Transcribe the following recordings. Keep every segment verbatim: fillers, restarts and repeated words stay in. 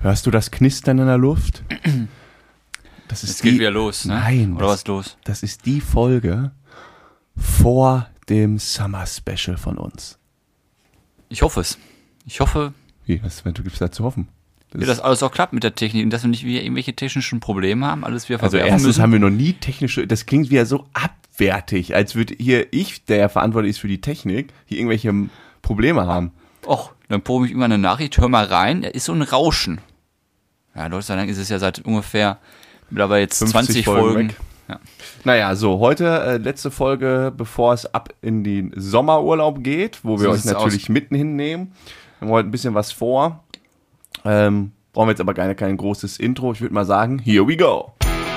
Hörst du das Knistern in der Luft? Das ist Es die, geht wieder los, ne? Nein. Oder das, was ist los? Das ist die Folge vor dem Summer Special von uns. Ich hoffe es. Ich hoffe, Wie, was du gibst da zu hoffen? Das ja, dass alles auch klappt mit der Technik und dass wir nicht wieder irgendwelche technischen Probleme haben, alles wieder also verwerfen erstens müssen. haben wir noch nie technische, das klingt wieder so abwertig, als würde hier ich, der ja verantwortlich ist für die Technik, hier irgendwelche Probleme haben. Och, dann probe ich irgendwann eine Nachricht, hör mal rein, da ist so ein Rauschen. Ja, Gott sei Dank ist es ja seit ungefähr mittlerweile jetzt zwanzig Folgen. Folgen weg. Ja. Naja, so, heute äh, letzte Folge, bevor es ab in den Sommerurlaub geht, wo wir So euch sieht's natürlich mitten hinnehmen. Wir haben heute ein bisschen was vor. Ähm, brauchen wir jetzt aber keine, kein großes Intro. Ich würde mal sagen, here we go.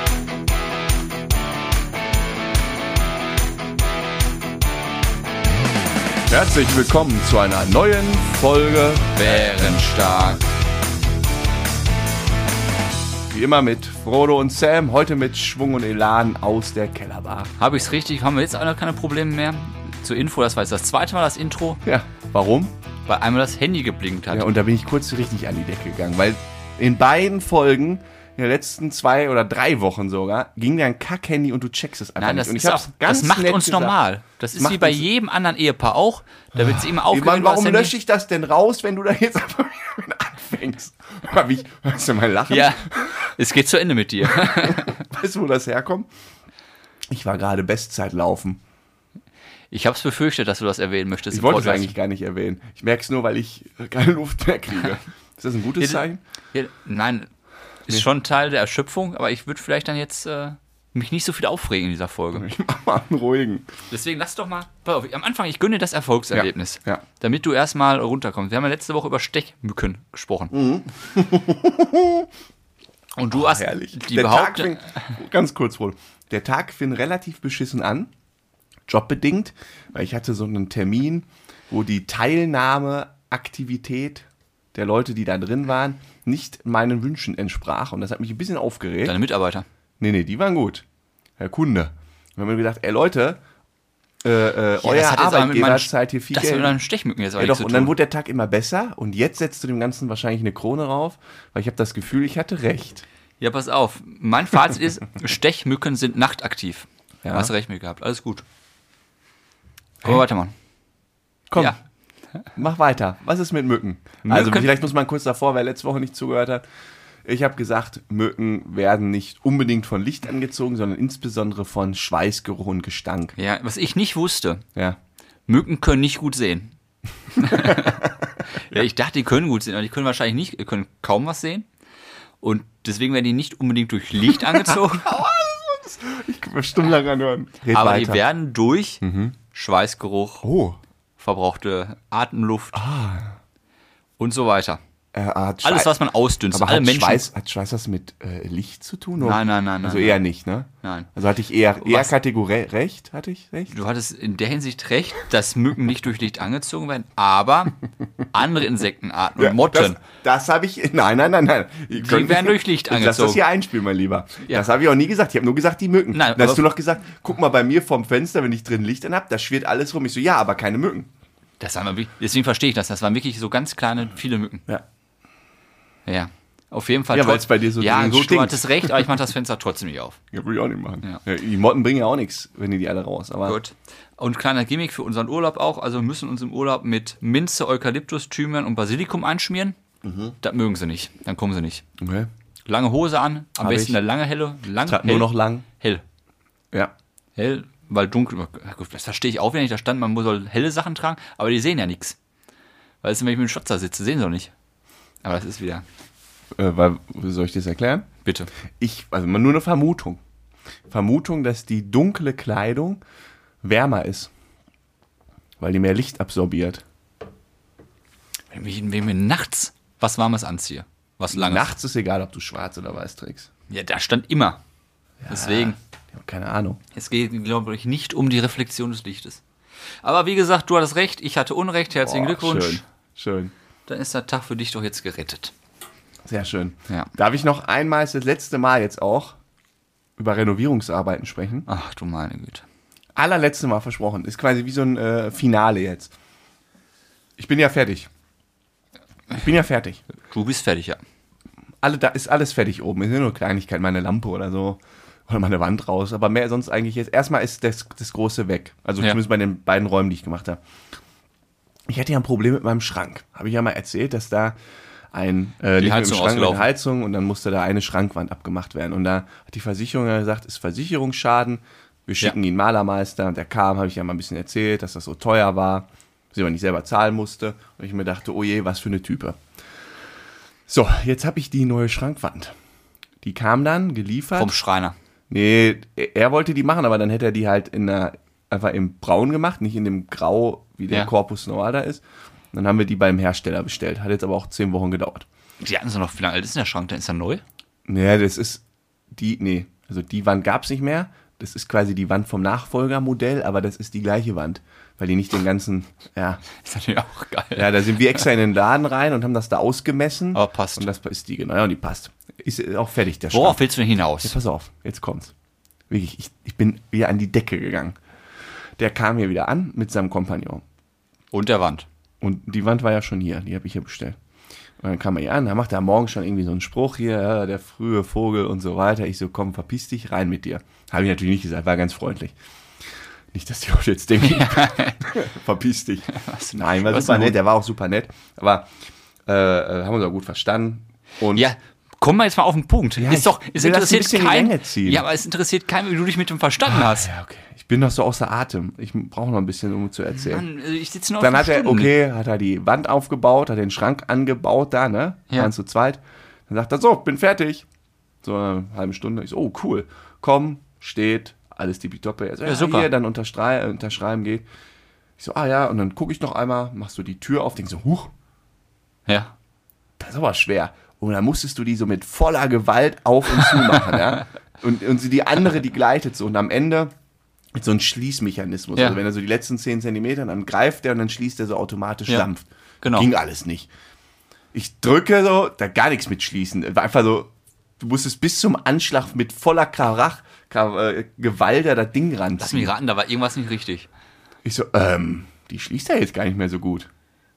Herzlich willkommen zu einer neuen Folge Bärenstark. Wie immer mit Frodo und Sam, heute mit Schwung und Elan aus der Kellerbar. Habe ich es richtig? Haben wir jetzt auch keine Probleme mehr? Zur Info, das war jetzt das zweite Mal das Intro, Ja, warum? weil einmal das Handy geblinkt hat. Ja, und da bin ich kurz richtig an die Decke gegangen, weil in beiden Folgen, in den letzten zwei oder drei Wochen sogar, ging dir ein Kack-Handy und du checkst es einfach Nein, das, nicht. Und ist ich auch, hab's ganz das macht nett uns gesagt. normal. Das ist Macht wie bei uns- jedem anderen Ehepaar auch. Da wird es immer Ey, aufgehört. Mann, warum lösche ich das denn raus, wenn du da jetzt einfach wieder mit anfängst? Aber wie, hörst du mal lachen? Ja, es geht zu Ende mit dir. Weißt du, wo das herkommt? Ich war gerade Bestzeit laufen. Ich habe es befürchtet, dass du das erwähnen möchtest. Ich im wollte es Podcast. eigentlich gar nicht erwähnen. Ich merke es nur, weil ich keine Luft mehr kriege. Ist das ein gutes Ja, Zeichen? Ja, nein, ist schon Teil der Erschöpfung, aber ich würde vielleicht dann jetzt äh, mich nicht so viel aufregen in dieser Folge. Ich mach mal einen ruhigen. Deswegen lass doch mal, pass auf, am Anfang, ich gönne dir das Erfolgserlebnis, Ja, ja. damit du erstmal runterkommst. Wir haben ja letzte Woche über Stechmücken gesprochen. Mhm. Und du hast Herrlich. die Der Tag Behauptung, fing, ganz kurz wohl. Der Tag fing relativ beschissen an, jobbedingt, weil ich hatte so einen Termin, wo die Teilnahmeaktivität der Leute, die da drin waren, nicht meinen Wünschen entsprach. Und das hat mich ein bisschen aufgeregt. deine Mitarbeiter. Nee, nee, die waren gut. Herr Kunde. Wir haben mir gedacht, ey Leute, äh, äh, das euer hat jetzt aber mit Arbeitgeber meinen- zahlt hier viel Das Geld. mit deinen Stechmücken jetzt aber Ja, nichts doch, zu und dann tun. wurde der Tag immer besser und jetzt setzt du dem Ganzen wahrscheinlich eine Krone rauf, weil ich habe das Gefühl, ich hatte recht. Ja, pass auf. Mein Fazit ist, Stechmücken sind nachtaktiv. Ja. Hast recht mit gehabt. Alles gut. Aber weitermachen. Komm, Ja. mach weiter. Was ist mit Mücken? Also Mücken- vielleicht muss man kurz davor, wer letzte Woche nicht zugehört hat. Ich habe gesagt, Mücken werden nicht unbedingt von Licht angezogen, sondern insbesondere von Schweißgeruch und Gestank. Ja, was ich nicht wusste, Ja. Mücken können nicht gut sehen. Ja, ich dachte, die können gut sehen, aber die können wahrscheinlich nicht, die können kaum was sehen. Und deswegen werden die nicht unbedingt durch Licht angezogen, Ich kann mir stundenlang anhören. Red aber weiter. die werden durch Schweißgeruch, Oh. verbrauchte Atemluft und so weiter. Er hat Alles, Schweiß- was man ausdünstet. Aber alle hat Menschen. Schweiß, hat Schweiß was mit äh, Licht zu tun? Oder? Nein, nein, nein, Also nein, eher nicht, ne? Nein. Also hatte ich eher, eher Was- Kategorie recht? Hatte ich recht? Du hattest in der Hinsicht recht, dass Mücken nicht durch Licht angezogen werden, aber andere Insektenarten und Motten. Das, das habe ich. Nein, nein, nein, nein. Die werden durch Licht Lass das angezogen. hier einspielen, mein Lieber. Ja. Das habe ich auch nie gesagt. Ich habe nur gesagt, die Mücken. Nein, Dann hast aber- du noch gesagt, guck mal bei mir vom Fenster, wenn ich drin Licht an habe, da schwirrt alles rum. Ich so, ja, aber keine Mücken. Das waren wirklich, deswegen verstehe ich das. Das waren wirklich so ganz kleine, viele Mücken. Ja. Ja. Auf jeden Fall. Ja, trotz- weil's bei dir so Ja, drin gut, du stinkt. hattest recht, aber ich mache das Fenster trotzdem nicht auf. Ja, würde ich auch nicht machen. Ja. Ja, die Motten bringen ja auch nichts, wenn die die alle raus. Aber Gut. Und kleiner Gimmick für unseren Urlaub auch. Also wir müssen uns im Urlaub mit Minze, Eukalyptus, Thymian und Basilikum einschmieren. Mhm. Das mögen sie nicht. Dann kommen sie nicht. okay. Lange Hose an, am Hab besten ich. eine lange helle. Lang, Trag hell, nur noch lang. hell. Ja. Hell, weil dunkel. Ja, gut, das verstehe ich auch, wenn ich da stand, man soll helle Sachen tragen, aber die sehen ja nichts. Weil es, wenn ich mit dem Schotzer sitze, sehen sie doch nicht. Aber das ist wieder. Äh, weil, wie soll ich das erklären? Bitte. Ich, also nur eine Vermutung. Vermutung, dass die dunkle Kleidung wärmer ist. Weil die mehr Licht absorbiert. Wenn ich, wenn ich mir nachts was Warmes anziehe, was langes. Nachts ist egal, ob du schwarz oder weiß trägst. Ja, da stand immer. Deswegen. Ja, keine Ahnung. Es geht, glaube ich, nicht um die Reflexion des Lichtes. Aber wie gesagt, du hattest recht, ich hatte Unrecht. Herzlichen Boah, Glückwunsch. Schön, schön. Dann ist der Tag für dich doch jetzt gerettet. Sehr schön. Ja. Darf ich noch einmal, ist das letzte Mal jetzt auch, über Renovierungsarbeiten sprechen? Ach du meine Güte. Allerletzte Mal versprochen. Ist quasi wie so ein äh, Finale jetzt. Ich bin ja fertig. Ich bin ja fertig. Du bist fertig, ja. alle, da ist alles fertig oben. Ist nur Kleinigkeit, meine Lampe oder so. Oder meine Wand raus. Aber mehr sonst eigentlich jetzt. Erstmal ist das, das Große weg. Also Ja. zumindest bei den beiden Räumen, die ich gemacht habe. Ich hatte ja ein Problem mit meinem Schrank. Habe ich ja mal erzählt, dass da ein äh, nicht mit dem Heizung Schrank mit ausgelaufen. Heizung und dann musste da eine Schrankwand abgemacht werden. Und da hat die Versicherung ja gesagt, ist Versicherungsschaden. Wir schicken Ja. ihn Malermeister. Und der kam, habe ich ja mal ein bisschen erzählt, dass das so teuer war, dass ich aber nicht selber zahlen musste. Und ich mir dachte, oh je, was für eine Type. So, jetzt habe ich die neue Schrankwand. Die kam dann, geliefert. Vom Schreiner. Nee, er wollte die machen, aber dann hätte er die halt in einer, einfach im Braun gemacht, nicht in dem Grau, wie der Ja. Corpus Noir da ist. Und dann haben wir die beim Hersteller bestellt. Hat jetzt aber auch zehn Wochen gedauert. Die hatten sie noch, wie lange alt ist denn der Schrank? Dann ist er neu? Nee, das ist die, nee, also die Wand gab's nicht mehr. Das ist quasi die Wand vom Nachfolgermodell, aber das ist die gleiche Wand. Weil die nicht den ganzen, ja, Ist natürlich auch geil. ja, da sind wir extra in den Laden rein und haben das da ausgemessen. Aber passt. Und das ist die, genau, ja, und die passt. Ist auch fertig, der Worauf Schrank. willst du denn hinaus? Jetzt pass auf, jetzt kommt's. Wirklich, ich, ich bin wieder an die Decke gegangen. Der kam hier wieder an mit seinem Kompagnon. Und der Wand. Und die Wand war ja schon hier, die habe ich hier bestellt. Und dann kam er hier an, da macht er morgen schon irgendwie so einen Spruch hier, ja, der frühe Vogel und so weiter. Ich so, komm, verpiss dich, rein mit dir. Habe ich natürlich nicht gesagt, war ganz freundlich. Nicht, dass die Leute jetzt denken, verpiss dich. Nein, war was super denn nett, gut? der war auch super nett. Aber äh, äh, haben uns auch gut verstanden. Und Ja, kommen wir jetzt mal auf den Punkt. Ja, ist ich doch, es will das ein interessiert bisschen in die keinen. Länge ziehen. Ja, aber es interessiert keinen, wie du dich mit dem verstanden hast. ja, okay. Ich bin noch so außer Atem. Ich brauche noch ein bisschen, um zu erzählen. Mann, also ich sitze nur Dann auf hat er, Stunden. okay, hat er die Wand aufgebaut, hat den Schrank angebaut da, ne? Ja. Waren zu zweit. Dann sagt er, so, bin fertig. So eine halbe Stunde. Ich so, oh, cool. Komm, steht, alles tippitoppi. Er so, ja, super. Hier, dann unterschrei äh, unterschreiben geht. Ich so, ah ja, und dann gucke ich noch einmal, machst du die Tür auf, denk so, huch, Ja. das ist aber schwer. Und dann musstest du die so mit voller Gewalt auf und zu machen, ja? Und, und sie- die andere, die gleitet so. Und am Ende mit so ein Schließmechanismus. Ja. Also wenn er so die letzten zehn Zentimeter, dann greift er und dann schließt er so automatisch Ja, sanft. genau. Ging alles nicht. Ich drücke so, da gar nichts mit schließen. War einfach so, du musstest bis zum Anschlag mit voller Krach, Krach äh, Gewalt da das Ding Lass mich ranziehen. raten, da war irgendwas nicht richtig. Ich so, ähm, die schließt ja jetzt gar nicht mehr so gut.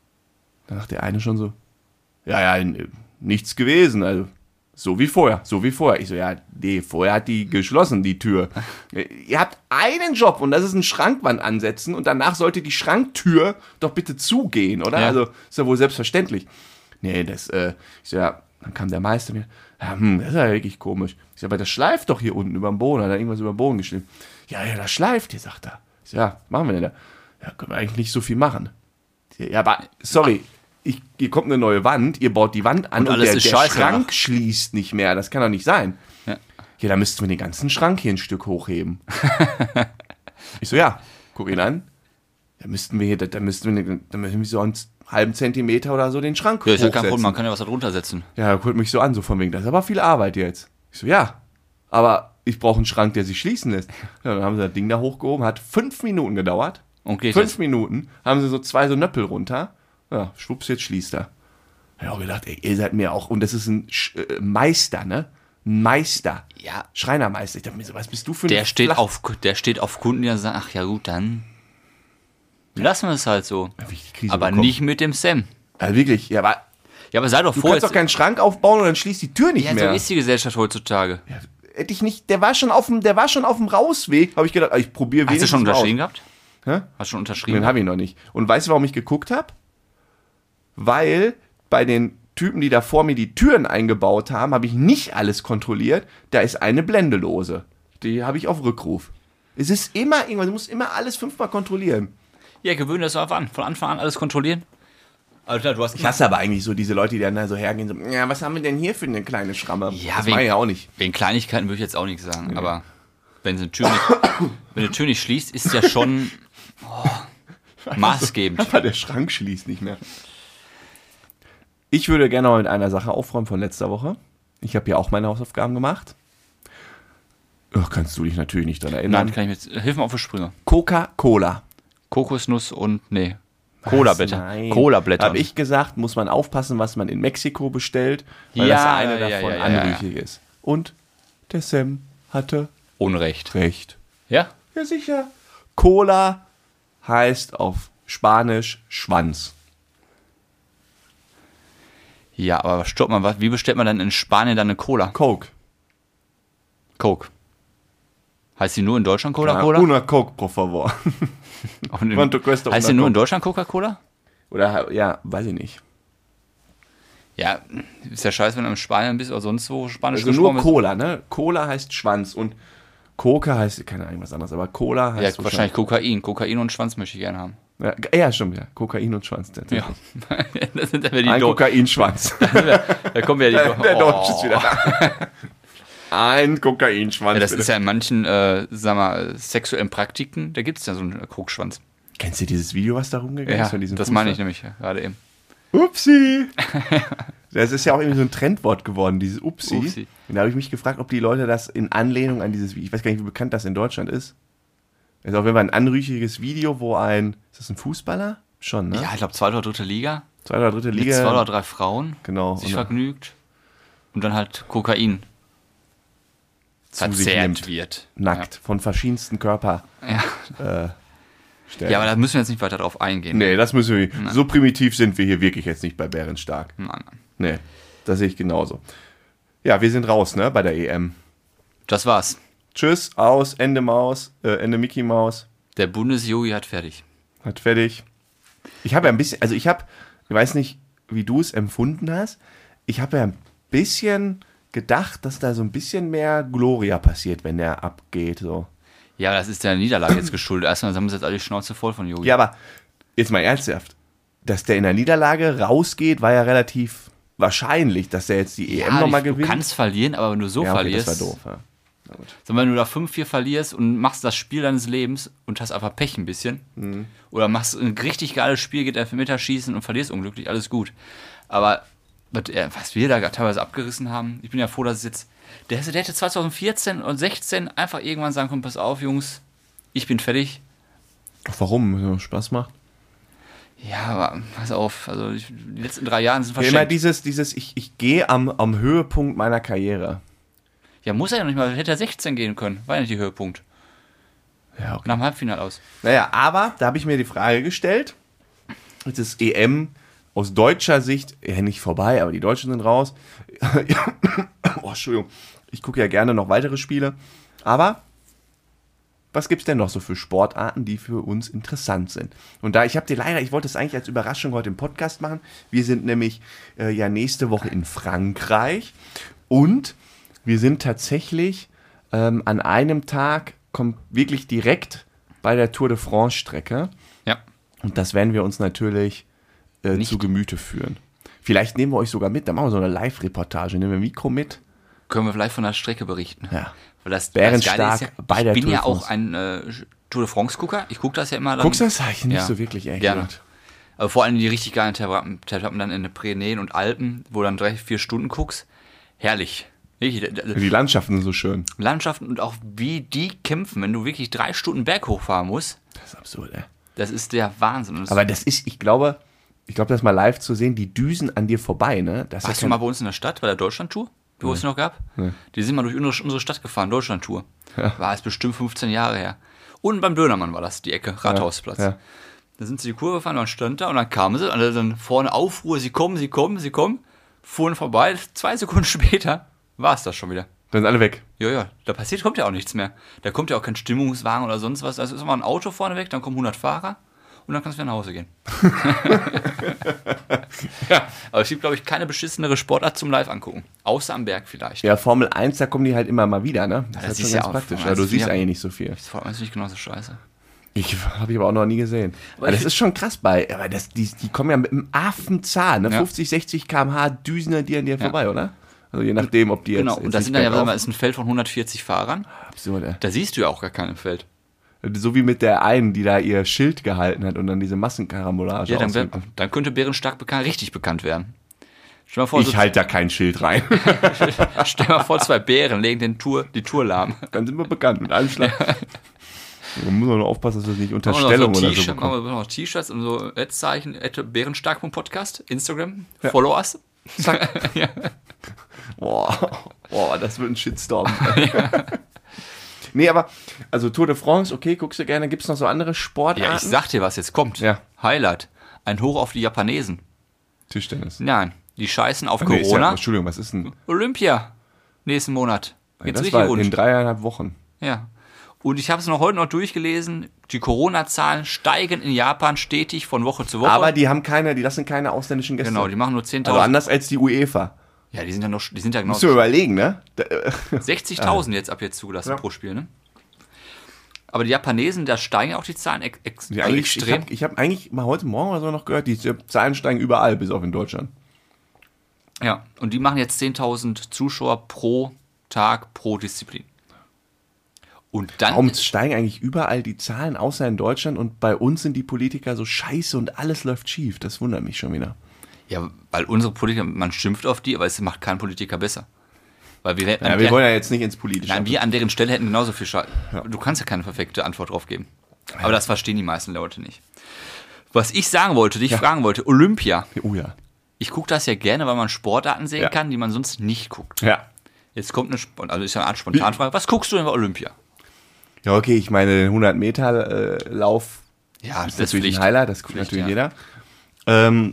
Dann sagt der eine schon so, ja, ja, n- nichts gewesen, also so wie vorher, so wie vorher. Ich so, ja, nee, vorher hat die geschlossen, die Tür. Ihr habt einen Job und das ist ein Schrankwand ansetzen und danach sollte die Schranktür doch bitte zugehen, oder? Ja. Also ist ja wohl selbstverständlich. Nee, das, äh, ich so, ja, dann kam der Meister mir, ja, hm, das ist ja wirklich komisch. Ich so, aber das schleift doch hier unten über dem Boden, hat er irgendwas über den Boden geschrieben. Ja, ja, das schleift hier, sagt er. Ich so, ja, was machen wir denn da? Ja, können wir eigentlich nicht so viel machen. Ja, aber, sorry, ich, hier kommt eine neue Wand, ihr baut die Wand an Und und, alles der, ist der scheiße Schrank danach. schließt nicht mehr. Das kann doch nicht sein. Ja. Ja, da müssten wir den ganzen Schrank hier ein Stück hochheben. Ich so, ja, guck ihn an. Da müssten wir hier, da, da müssten wir, da müssen wir so einen halben Zentimeter oder so den Schrank Ja, ist ja kein hochsetzen. Problem, man kann ja was da drunter setzen. Ja, guckt mich so an, so von wegen, das ist aber viel Arbeit jetzt. Ich so, ja, aber ich brauche einen Schrank, der sich schließen lässt. Ja, dann haben sie das Ding da hochgehoben, hat fünf Minuten gedauert. Und geht Fünf jetzt. Minuten haben sie so zwei so Nöppel runter. Ja, schwupps, jetzt schließt er. Ich habe auch gedacht, ey, ihr seid mir auch, und das ist ein Sch äh, Meister, ne? Ein Meister. Ja, Schreinermeister. Ich dachte mir so, was bist du für ein der steht, Flach- auf, der steht auf Kunden, die dann sagen, ach ja gut, dann lassen wir es halt so. Da hab ich die Krise Aber bekommen. nicht mit dem Sam. Also wirklich, ja, aber Ja, aber sei doch du froh, kannst jetzt, doch keinen Schrank aufbauen und dann schließt die Tür nicht ja, so mehr. ist die Gesellschaft heutzutage. Ja, hätte ich nicht, der war schon auf dem, der war schon auf dem Rausweg, habe ich gedacht, ich probiere Hast du wenigstens schon mal aus. unterschrieben gehabt? Hä? Hast du schon unterschrieben? Den habe ich noch nicht. Und weißt du, warum ich geguckt habe? Weil bei den Typen, die da vor mir die Türen eingebaut haben, habe ich nicht alles kontrolliert. Da ist eine Blende lose. Die habe ich auf Rückruf. Es ist immer irgendwas, du musst immer alles fünfmal kontrollieren. Ja, gewöhne das einfach an. Von Anfang an alles kontrollieren. Alter, du hast Ich hasse aber eigentlich so diese Leute, die dann da so hergehen, so, ja, was haben wir denn hier für eine kleine Schramme? Ja, das wegen- mache ich ja auch nicht. Wegen Kleinigkeiten würde ich jetzt auch nichts sagen, aber wenn sie eine Tür nicht, wenn eine Tür nicht schließt, ist ja schon oh, maßgebend. Aber der Schrank schließt nicht mehr. Ich würde gerne mal mit einer Sache aufräumen von letzter Woche. Ich habe ja auch meine Hausaufgaben gemacht. Ach, kannst du dich natürlich nicht daran erinnern. Nein, kann ich mir jetzt, hilf mir auf die Sprünge. Coca-Cola. Kokosnuss und, nee, Cola-Blätter. Nein. Cola-Blätter. Habe ich gesagt, muss man aufpassen, was man in Mexiko bestellt, weil Ja, das eine ja, davon ja, ja, ja. anrüchig ist. Und der Sam hatte Unrecht. recht. Ja? Ja, sicher. Cola heißt auf Spanisch Schwanz. Ja, aber stopp mal, was- wie bestellt man dann in Spanien dann eine Cola? Coke. Coke. Heißt die nur in Deutschland Coca-Cola? Una Coke, por favor. Und in, Quanto cuesta heißt una die nur in Coke? Deutschland Coca-Cola? Oder, ja, weiß ich nicht. Ja, ist ja scheiße, wenn du in Spanien bist oder sonst wo Spanisch Also nur gesprochen Cola, ne? Cola heißt Schwanz und Coca heißt, keine Ahnung, was anderes, aber Cola wird. heißt Ja, wahrscheinlich Kokain. Kokain und Schwanz möchte ich gerne haben. Ja, ja, stimmt, ja. Kokain und Schwanz. Ja. Das sind aber die Ein Do- Kokainschwanz. Da kommen ja die der Do- der Oh. Deutsche ist wieder da. Ein Kokainschwanz. Ja, das bitte. ist ja in manchen, äh, sag mal, sexuellen Praktiken, da gibt es ja so einen Kokschwanz. Kennst du dieses Video, was da rumgegangen Ja, ist? Von diesem das Fußball? meine ich nämlich ja, gerade eben. Upsi. Das ist ja auch irgendwie so ein Trendwort geworden, dieses Upsi. Upsi. Und da habe ich mich gefragt, ob die Leute das in Anlehnung an dieses, ich weiß gar nicht, wie bekannt das in Deutschland ist. Das ist auf jeden Fall ein anrüchiges Video, wo ein, ist das ein Fußballer? Schon, ne? Ja, ich glaube, zweite oder dritte Liga. Zwei oder dritte Mit Liga. zwei oder drei Frauen Genau. sich Und vergnügt. Und dann halt Kokain zu sich verzehrt nimmt. wird. Nackt. Von verschiedensten Körper. Ja. Äh, Ja, aber da müssen wir jetzt nicht weiter drauf eingehen. Nee, das müssen wir nicht. So primitiv sind wir hier wirklich jetzt nicht bei Bärenstark. Nein, nein. Nee, das sehe ich genauso. Ja, wir sind raus, ne, bei der E M. Das war's. Tschüss, aus, Ende Maus, äh, Ende Mickey Maus. Der Bundesjogi hat fertig. Hat fertig. Ich habe ja ein bisschen, also ich habe, ich weiß nicht, wie du es empfunden hast, ich habe ja ein bisschen gedacht, dass da so ein bisschen mehr Gloria passiert, wenn der abgeht, so. Ja, das ist der Niederlage jetzt geschuldet. Erstmal haben sie jetzt alle die Schnauze voll von Jogi. Ja, aber jetzt mal ernsthaft, dass der in der Niederlage rausgeht, war ja relativ wahrscheinlich, dass der jetzt die E M ja, nochmal du gewinnt. kannst verlieren, aber wenn du so ja, okay, verlierst, das war doof, ja. Na gut. sag mal, wenn du da fünf vier verlierst und machst das Spiel deines Lebens und hast einfach Pech ein bisschen, Mhm. oder machst ein richtig geiles Spiel, geht Elfmeter schießen und verlierst unglücklich, alles gut. Aber was, er- was wir da teilweise abgerissen haben, ich bin ja froh, dass es jetzt, der, der hätte zwanzig vierzehn und sechzehn einfach irgendwann sagen können, pass auf, Jungs, ich bin fertig. Warum? So Spaß macht? Ja, aber pass auf, also ich, die letzten drei Jahre sind Ja, immer verschenkt. dieses, dieses ich, ich gehe am, am Höhepunkt meiner Karriere. Ja, muss er ja noch nicht mal, hätte er sechzehn gehen können, war ja nicht der Höhepunkt. Ja, okay. Nach dem Halbfinale aus. Naja, aber da habe ich mir die Frage gestellt, jetzt ist E M aus deutscher Sicht, ja nicht vorbei, aber die Deutschen sind raus. Oh, Entschuldigung, ich gucke ja gerne noch weitere Spiele, aber was gibt es denn noch so für Sportarten, die für uns interessant sind? Und da, ich habe dir leider, ich wollte es eigentlich als Überraschung heute im Podcast machen, wir sind nämlich äh, ja nächste Woche in Frankreich und wir sind tatsächlich ähm, an einem Tag kommt wirklich direkt bei der Tour de France Strecke. Ja. Und das werden wir uns natürlich äh, Nicht. zu Gemüte führen. Vielleicht nehmen wir euch sogar mit, dann machen wir so eine Live-Reportage, nehmen wir ein Mikro mit. Können wir vielleicht von der Strecke berichten. Ja. Weil das, Bärenstark das Geile ist ja, bei der ich bin Tour de ja auch France. ein äh, Tour de France-Gucker. Ich gucke das ja immer. Dann, Guckst du das? Ich nicht Ja. so wirklich, ehrlich Gerne. gesagt. Aber vor allem die richtig geilen Etappen Etappen dann in den Pyrenäen und Alpen, wo du dann drei, vier Stunden guckst. Herrlich. Wirklich, d- d- Die Landschaften sind so schön. Landschaften und auch wie die kämpfen, wenn du wirklich drei Stunden Berg hochfahren musst. Das ist absurd, ey. Das ist der Wahnsinn. Und das Aber das ist, ich glaube, ich glaube, das mal live zu sehen, die düsen an dir vorbei, ne? Das ist warst ja du mal kein- bei uns in der Stadt, bei der Deutschland-Tour, wo es noch gab? Die sind mal durch unsere, unsere Stadt gefahren, Deutschland-Tour. War es bestimmt fünfzehn Jahre her. Und beim Dönermann war das, die Ecke, Rathausplatz. Ja. Da sind sie die Kurve gefahren, dann stand da und dann kamen sie, und dann vorne Aufruhr, sie kommen, sie kommen, sie kommen, fuhren vorbei, zwei Sekunden später war es das schon wieder. Dann sind alle weg. Ja, ja, da passiert, kommt ja auch nichts mehr. Da kommt ja auch kein Stimmungswagen oder sonst was. Da ist immer ein Auto vorne weg, dann kommen hundert Fahrer und dann kannst du wieder nach Hause gehen. Ja, aber es gibt, glaube ich, keine beschissenere Sportart zum Live angucken. Außer am Berg vielleicht. Ja, Formel eins, da kommen die halt immer mal wieder, ne? Das, das ist ist schon ja ganz auch praktisch. Formel Aber du eins, siehst ja. eigentlich nicht so viel. Das ist nicht genauso scheiße. Ich habe ich aber auch noch nie gesehen. Aber das ich- ist schon krass bei, aber das, die, die kommen ja mit einem Affenzahn, ne? Ja. fünfzig, sechzig Kilometer pro Stunde düsen die an dir vorbei, oder? Also je nachdem, ob die jetzt. Genau, jetzt und das nicht sind dann ja, bergauf- sagen wir, ist ein Feld von hundertvierzig Fahrern. Absurd, ey. Da siehst du ja auch gar keinen im Feld. So wie mit der einen, die da ihr Schild gehalten hat und dann diese Massenkarambolage Ja, dann, wär, ausübt. dann könnte Bärenstark bekannt, richtig bekannt werden. Stell dir mal vor, Ich so, halte da kein Schild rein. stell dir mal vor, zwei Bären legen den Tour, die Tour lahm. Dann sind wir bekannt mit allem Schlag. Man muss auch nur aufpassen, dass das nicht Machen wir Unterstellung noch so oder so T-Shirt- bekommt. machen wir noch T-Shirts und so Ad-Zeichen, Bärenstark.podcast, Instagram, Ja. follow us. Zack. Ja. Boah, boah, das wird ein Shitstorm. Nee, aber, also Tour de France, okay, guckst du gerne. Gibt es noch so andere Sportarten? Ja, ich sag dir, was jetzt kommt. Ja. Highlight. Ein Hoch auf die Japanesen. Tischtennis. Nein, die scheißen auf Nee, ist Corona. Ja, Entschuldigung, was ist denn? Olympia. Nächsten Monat. Geht's Das richtig war rund. in dreieinhalb Wochen. Ja. Und ich habe es noch heute noch durchgelesen. Die Corona-Zahlen steigen in Japan stetig von Woche zu Woche. Aber die haben keine, die lassen keine ausländischen Gäste. genau, die machen nur Also zehntausend. anders als die UEFA. Ja, die sind ja noch, die sind ja genau Musst du überlegen, ne? Da, äh, sechzigtausend jetzt ab jetzt zugelassen Ja. pro Spiel, ne? Aber die Japanesen, da steigen auch die Zahlen ex ex die also eigentlich, ich extrem. habe ich hab eigentlich mal heute Morgen oder so noch gehört, die Zahlen steigen überall, bis auf in Deutschland. Ja, und die machen jetzt zehntausend Zuschauer pro Tag, pro Disziplin. Und dann... Warum steigen eigentlich überall die Zahlen, außer in Deutschland, und bei uns sind die Politiker so scheiße und alles läuft schief? Das wundert mich schon wieder. Ja, weil unsere Politiker, man schimpft auf die, aber es macht keinen Politiker besser. Weil wir, Ja, wir wollen ja jetzt nicht ins Politische. nein, wir an deren Stelle hätten genauso viel Schaden. Du kannst ja keine perfekte Antwort drauf geben. Aber das verstehen die meisten Leute nicht. Was ich sagen wollte, dich Ja. fragen wollte, Olympia. Oh ja. Ich gucke das ja gerne, weil man Sportarten sehen Ja. kann, die man sonst nicht guckt. Ja. Jetzt kommt eine, Sp- also ist ja eine Art Spontanfrage. Was guckst du denn bei Olympia? Ja, okay, ich meine, hundert Meter äh, Lauf Ja, ist natürlich ein Highlight, das guckt Pflicht, natürlich ja. jeder. Ähm,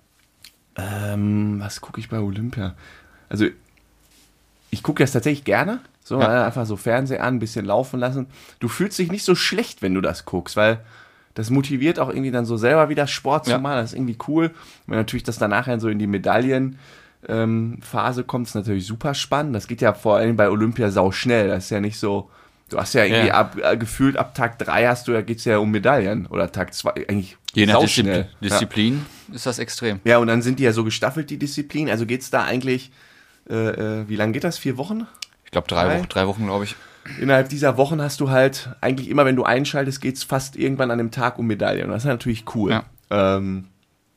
ähm, was gucke ich bei Olympia? Also, ich gucke das tatsächlich gerne. So, Ja. äh, einfach so Fernseher an, ein bisschen laufen lassen. Du fühlst dich nicht so schlecht, wenn du das guckst, weil das motiviert auch irgendwie dann so selber wieder Sport zu Ja. machen. Das ist irgendwie cool. Wenn natürlich das dann nachher so in die Medaillen ähm, Phase kommt, ist natürlich super spannend. Das geht ja vor allem bei Olympia sau schnell. Das ist ja nicht so, du hast ja irgendwie Ja. ab, äh, gefühlt ab Tag drei hast du, ja geht's ja um Medaillen. Oder Tag zwei, eigentlich Je nach Diszi sauschnell. Disziplin ist das extrem. Ja. ja, und dann sind die ja so gestaffelt, die Disziplinen. Also geht's da eigentlich, äh, äh, wie lange geht das? Vier Wochen? Ich glaube, drei Drei? Wochen, drei Wochen, glaube ich. Innerhalb dieser Wochen hast du halt, eigentlich immer, wenn du einschaltest, geht's fast irgendwann an dem Tag um Medaillen. Und das ist natürlich cool. Ja. Ähm,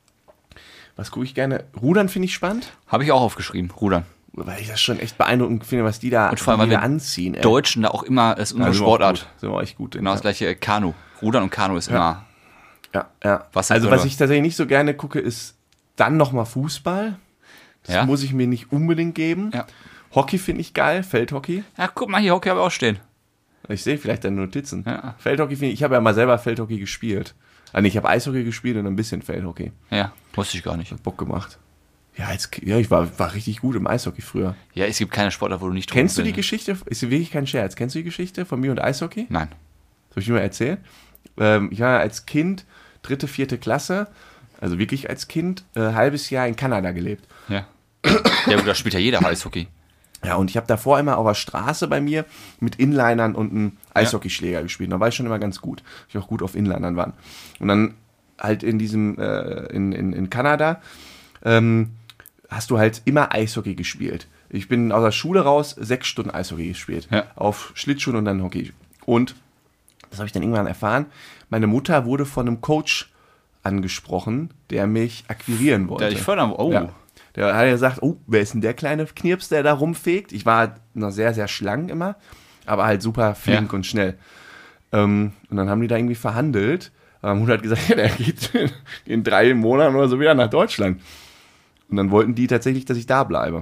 was gucke ich gerne? Rudern finde ich spannend, Habe ich auch aufgeschrieben, Rudern. weil ich das schon echt beeindruckend finde, was die da, Und vor allem, die weil da wir anziehen. Ey. Deutschen da auch immer, ist unsere Ja, sind wir auch Sportart. gut. Sind wir echt gut. Genau das gleiche, äh, Kanu. Rudern und Kanu ist immer... Ja, ja. Was also sind was Rudern? ich tatsächlich nicht so gerne gucke, ist dann nochmal Fußball. Das Ja? muss ich mir nicht unbedingt geben. Ja. Hockey finde ich geil, Feldhockey. Ja, guck mal, hier Hockey habe ich auch stehen. Ich sehe vielleicht deine Notizen. Ja. Feldhockey finde ich, ich habe ja mal selber Feldhockey gespielt. Ah, nee, ich habe Eishockey gespielt und ein bisschen Feldhockey. Ja, wusste ich gar nicht. Hat Bock gemacht. Ja, als, Ki- ja ich war, war richtig gut im Eishockey früher. Ja, es gibt keine Sportart, wo du nicht drum Kennst du die bist. Geschichte? Ist wirklich kein Scherz. Kennst du die Geschichte von mir und Eishockey? Nein. Soll ich dir mal erzählen? Ähm, ich war als Kind, dritte, vierte Klasse, also wirklich als Kind, äh, halbes Jahr in Kanada gelebt. Ja. Ja, gut, da spielt ja jeder Eishockey. Ja, und ich habe davor immer auf der Straße bei mir mit Inlinern und einem Eishockeyschläger gespielt. Da war ich schon immer ganz gut, weil ich auch gut auf Inlinern war. Und dann halt in diesem, äh, in, in, in Kanada, ähm, hast du halt immer Eishockey gespielt. Ich bin aus der Schule raus, sechs Stunden Eishockey gespielt. Ja. Auf Schlittschuhen und dann Hockey. Und, das habe ich dann irgendwann erfahren, meine Mutter wurde von einem Coach angesprochen, der mich akquirieren wollte. Der dich fördern. Oh. Ja. Der hat ja gesagt, oh, wer ist denn der kleine Knirps, der da rumfegt? Ich war noch sehr, sehr schlank immer, aber halt super flink Ja. und schnell. Ähm, und dann haben die da irgendwie verhandelt. Meine Mutter hat gesagt, ja, der geht in drei Monaten oder so wieder nach Deutschland. Und dann wollten die tatsächlich, dass ich da bleibe.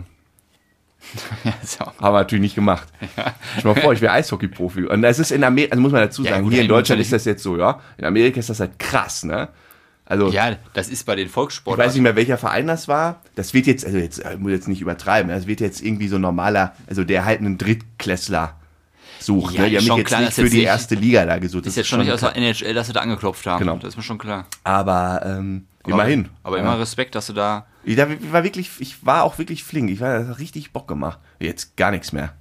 Ja, so. Haben wir natürlich nicht gemacht. Stell dir mal vor, ich wäre Eishockey-Profi. Und das ist in Amerika, also muss man dazu Ja, sagen, gut, hier in ey, Deutschland natürlich. ist das jetzt so, ja. In Amerika ist das halt krass, ne? Also, Ja, das ist bei den ich Volkssportarten. weiß nicht mehr, welcher Verein das war. Das wird jetzt, also jetzt, ich muss jetzt nicht übertreiben, das wird jetzt irgendwie so ein normaler, also der halt einen Drittklässler sucht. Ja, Ne? Die ist haben mich schon jetzt klar, nicht dass für jetzt die nicht- erste Liga da gesucht. Das ist jetzt schon nicht aus klar. der N H L, dass sie da angeklopft haben. Genau. Das ist mir schon klar. Aber ähm, immerhin. Aber ja. immer Respekt, dass du da... Ich da- ich war wirklich, ich war auch wirklich flink. Ich war das hat richtig Bock gemacht. Jetzt gar nichts mehr.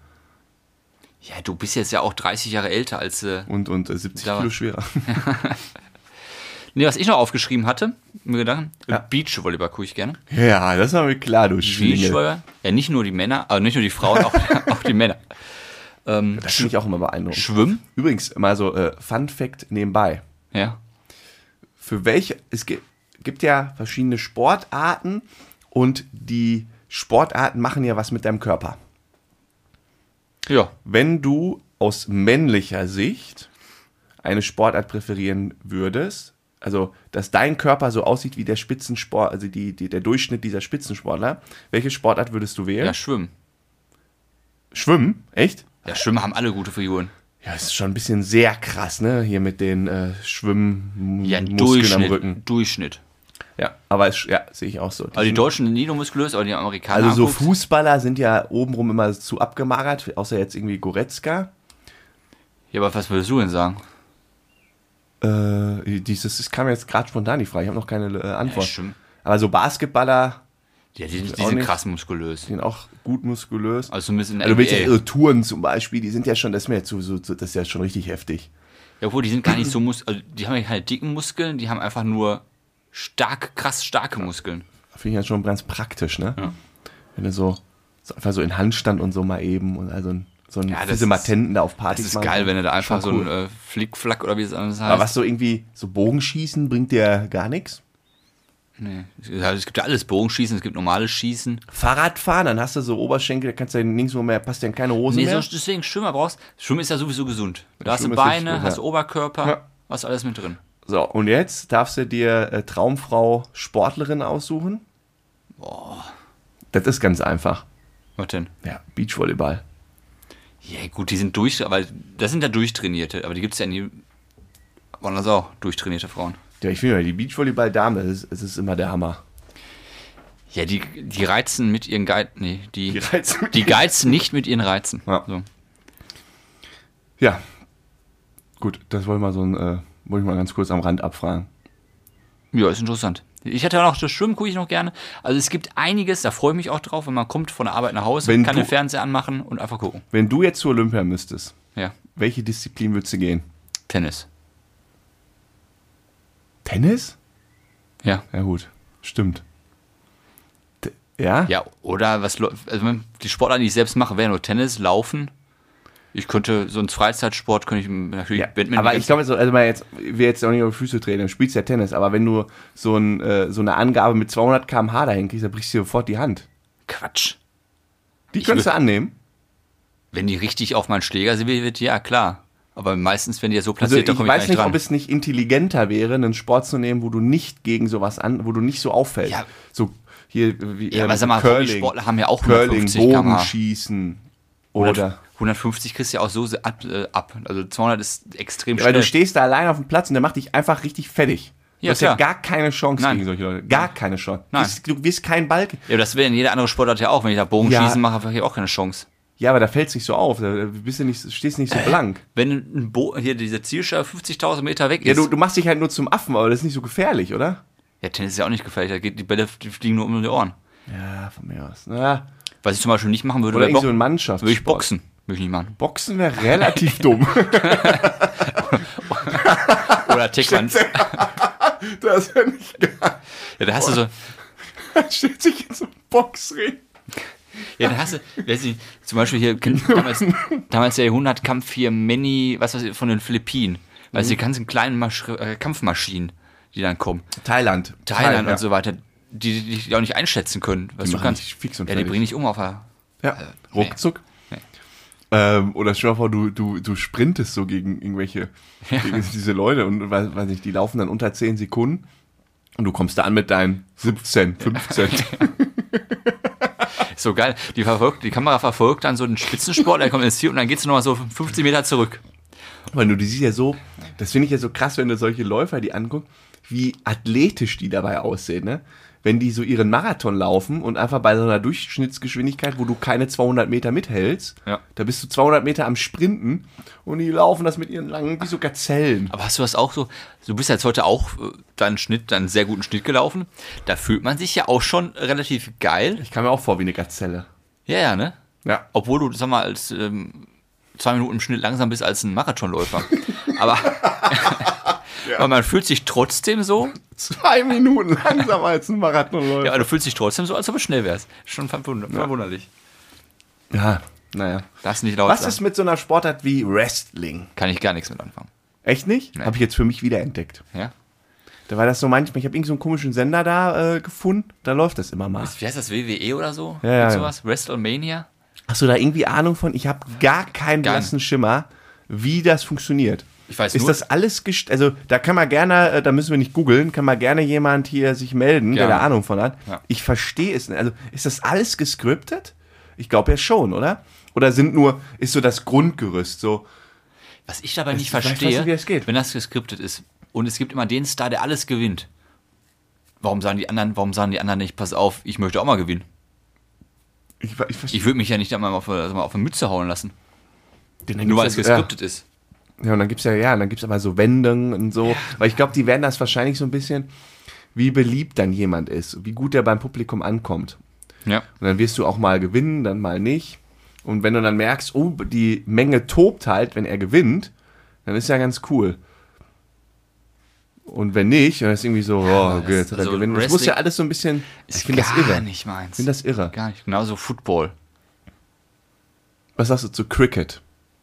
Ja, du bist jetzt ja auch dreißig Jahre älter als... Äh, Und, und äh, siebzig Da war- Kilo schwerer. nee, was ich noch aufgeschrieben hatte, mir gedacht, Ja. Beachvolleyball gucke ich gerne. Ja, das war mir klar, du Schwingel. Beachvolleyball, ja nicht nur die Männer, aber nicht nur die Frauen, auch, auch die Männer. Ähm, Das finde ich auch immer beeindruckend. Schwimmen, Übrigens, mal so äh, Fun Fact nebenbei. ja. Für welche, es gibt, gibt ja verschiedene Sportarten und die Sportarten machen ja was mit deinem Körper. Ja, Wenn du aus männlicher Sicht eine Sportart präferieren würdest, also dass dein Körper so aussieht wie der Spitzensport, also die, die, der Durchschnitt dieser Spitzensportler, welche Sportart würdest du wählen? ja, Schwimmen. Schwimmen? Echt? Ja, Schwimmen haben alle gute Figuren. Ja, das ist schon ein bisschen sehr krass, ne? Hier mit den äh, Schwimmmuskeln Ja, am Durchschnitt. Rücken. Durchschnitt. Ja, aber es, ja, sehe ich auch so. Also die sind- Deutschen sind nie nur muskulös, aber die Amerikaner. also so anguckst- Fußballer sind ja obenrum immer zu abgemagert, außer jetzt irgendwie Goretzka. Ja, aber was würdest du denn sagen? Äh, dieses, das kam jetzt gerade spontan die Frage, ich habe noch keine äh, Ja, Antwort. stimmt. aber so Basketballer Ja, die, die auch sind nicht. krass muskulös. sind auch gut muskulös. Also zumindest in der Also du willst ja N B A. ihre Touren zum Beispiel, die sind ja schon, das ist mir jetzt so, so, so- das ist ja schon richtig heftig. Ja, obwohl, die sind gar nicht so mus also die haben ja keine dicken Muskeln, die haben einfach nur stark, krass starke Muskeln. Finde ich ja schon ganz praktisch, ne? Ja. Wenn du so, so einfach so in Handstand und so mal eben und also ein- so einen Ja, das Fisematenten da auf Das Partys ist machen geil, kann. wenn du da einfach Schon cool. so ein äh, Flickflack oder wie es anders heißt. Aber was so irgendwie, so Bogenschießen bringt dir gar nichts. Nee. Also es gibt ja alles, Bogenschießen, es gibt normales Schießen. Fahrradfahren, dann hast du so Oberschenkel, da kannst du ja nirgendwo mehr, passt ja in keine Hose Nee, mehr. so, deswegen Schwimmer brauchst. Schwimmen ist ja sowieso gesund. Da hast du Schwimmen ist richtig Beine, gut, hast ja. du Oberkörper, Ja. hast alles mit drin. So, und jetzt darfst du dir äh, Traumfrau Sportlerin aussuchen. Boah. Das ist ganz einfach. Was denn? Ja, Beachvolleyball. Ja, gut, die sind durch, aber das sind ja durchtrainierte, aber die gibt es ja nie. Waren das auch durchtrainierte Frauen. Ja, ich finde ja, die Beachvolleyball-Dame, es ist, ist immer der Hammer. Ja, die, die reizen mit ihren Geiz. Nee, die, Die die, reizen mit geizen nicht mit ihren Reizen. Ja. So. Ja. Gut, das wollte ich mal so ein, äh, wollte ich mal ganz kurz am Rand abfragen. Ja, ist interessant. Ich hätte auch noch das Schwimmen, gucke ich noch gerne. Also es gibt einiges, da freue ich mich auch drauf, wenn man kommt von der Arbeit nach Hause, Wenn kann du- den Fernseher anmachen und einfach gucken. Wenn du jetzt zu Olympia müsstest, Ja, welche Disziplin würdest du gehen? Tennis. Tennis? Ja. Ja gut, stimmt. D- Ja? Ja, oder was, lo- also wenn- die Sportarten, die ich selbst mache, wäre nur Tennis, Laufen. Ich könnte, so ein Freizeitsport könnte ich natürlich Ja, Badminton aber ganz- ich glaube, so, also mal jetzt, ich will jetzt auch nicht auf die Füße treten, du spielst ja Tennis, aber wenn du so, ein, äh, so eine Angabe mit zweihundert Kilometer pro Stunde dahin kriegst, dann brichst du dir sofort die Hand. Quatsch. Die Ich könntest wür- du annehmen. Wenn die richtig auf meinen Schläger sind, wird, ja klar. Aber meistens, wenn die ja so Also platziert, ich dann komme ich gar weiß nicht nicht, dran. ob es nicht intelligenter wäre, einen Sport zu nehmen, wo du nicht gegen sowas an, wo du nicht so auffällst. Ja. So hier wie Ja, aber ähm, sag mal, Curling, Hobbysportler haben ja auch Curling, hundertfünfzig Kilometer pro Stunde. Bogenschießen oder. hundertfünfzig kriegst du ja auch so ab, äh, ab. Also zweihundert ist extrem Weil schnell. du stehst da allein auf dem Platz und der macht dich einfach richtig fertig. Du Ja, hast ja klar. gar keine Chance Nein. gegen solche Leute. Gar keine Chance. Nein. Du wirst- Du wirst keinen Ball. Ja, das wäre in jeder andere Sportart ja auch. Wenn ich da Bogenschießen Ja. mache, habe ich auch keine Chance. Ja, aber da fällt es nicht so auf. Da bist du nicht, stehst nicht so blank. Wenn ein Bo hier diese Zielscheibe fünfzigtausend Meter weg Ja, ist. du, du machst dich halt nur zum Affen, aber das ist nicht so gefährlich, oder? Ja, Tennis ist ja auch nicht gefährlich. Da geht, die Bälle die fliegen nur um die Ohren. Ja, von mir aus. Na, Was ich zum Beispiel nicht machen würde, oder wäre irgendwie so Bo ein Mannschaftssport. würde ich boxen. Würde ich nicht machen. Boxen wäre relativ dumm. Oder Taekwondo. Das ist ja nicht geil. Ja, da hast du so. Man stellt sich in so einen Boxring. Ja, dann hast du, weiß nicht, zum Beispiel hier, kennt- damals, damals der Jahrhundertkampf hier, Many, was weiß ich, von den Philippinen. Weißt du, die ganzen kleinen Masch äh, Kampfmaschinen, die dann kommen. Thailand. Thailand ja. und so weiter, die die dich auch nicht einschätzen können. Was Die du machen kannst. dich fix und Ja, die fertig. bringen dich um auf der. Ja, Äh, ruckzuck. Nee. Ähm, oder stell dir vor, du, du, du sprintest so gegen irgendwelche, gegen diese Leute und weiß, weiß nicht, die laufen dann unter zehn Sekunden und du kommst da an mit deinen siebzehn, fünfzehn. Ist so geil. Die, verfolgt, die Kamera verfolgt dann so den Spitzensport, der kommt ins Ziel und dann geht es nochmal so fünfzehn Meter zurück. Weil du, die siehst ja so, das finde ich ja so krass, wenn du solche Läufer die anguckst, wie athletisch die dabei aussehen, ne? Wenn die so ihren Marathon laufen und einfach bei so einer Durchschnittsgeschwindigkeit, wo du keine zweihundert Meter mithältst, Ja. da bist du zweihundert Meter am Sprinten und die laufen das mit ihren langen, wie so Gazellen. Aber hast du das auch so? Du bist jetzt heute auch äh, deinen Schnitt, deinen sehr guten Schnitt gelaufen. Da fühlt man sich ja auch schon relativ geil. Ich kam mir auch vor wie eine Gazelle. Ja, ja, ne? Ja. Obwohl du, sag mal, als ähm, zwei Minuten im Schnitt langsam bist als ein Marathonläufer. Aber, aber man fühlt sich trotzdem so. Zwei Minuten langsamer als ein Marathonläufer. Ja, aber du fühlst dich trotzdem so, als ob du schnell wärst. Schon verwund- verwunderlich. Ja, naja. Das nicht laut Was sagen. ist mit so einer Sportart wie Wrestling? Kann ich gar nichts mit anfangen. Echt nicht? Nee. Habe ich jetzt für mich wiederentdeckt. Ja? Da war das so manchmal, ich habe irgendeinen so einen komischen Sender da äh, gefunden, da läuft das immer mal. Wie heißt das? W W E oder so? Ja, ja, Gibt's ja. sowas? WrestleMania? Hast du da irgendwie Ahnung von? Ich habe gar keinen Gar blassen Schimmer, wie das funktioniert. Ich weiß Ist nur, das alles gest also da kann man gerne, äh, da müssen wir nicht googeln, kann mal gerne jemand hier sich melden, der Gerne. da Ahnung von hat. Ja. Ich verstehe es nicht. Also ist das alles gescriptet? Ich glaube ja schon, oder? Oder sind nur, ist so das Grundgerüst so, was ich dabei nicht ich weiß verstehe, nicht, wie das geht. wenn das geskriptet ist und es gibt immer den Star, der alles gewinnt. warum sagen die anderen, warum sagen die anderen nicht, pass auf, ich möchte auch mal gewinnen? Ich, ich, verstehe. Ich würde mich ja nicht einmal auf, also mal auf eine Mütze hauen lassen. Denn Nur weil es gibt's ja- geskriptet ist. Ja, und dann gibt's ja, ja, und dann gibt's aber so Wendungen und so. Weil ich glaube, die werden das wahrscheinlich so ein bisschen, wie beliebt dann jemand ist, wie gut der beim Publikum ankommt. Ja. Und dann wirst du auch mal gewinnen, dann mal nicht. Und wenn du dann merkst, oh, die Menge tobt halt, wenn er gewinnt, dann ist ja ganz cool. Und wenn nicht, dann ist irgendwie so, oh, aber okay, das- jetzt hat er also gewinnen. Das muss Wrestling ja alles so ein bisschen, ich Ist finde das gar irre. nicht meins. Ich finde das irre. Gar nicht. Genauso Football. Was sagst du zu Cricket?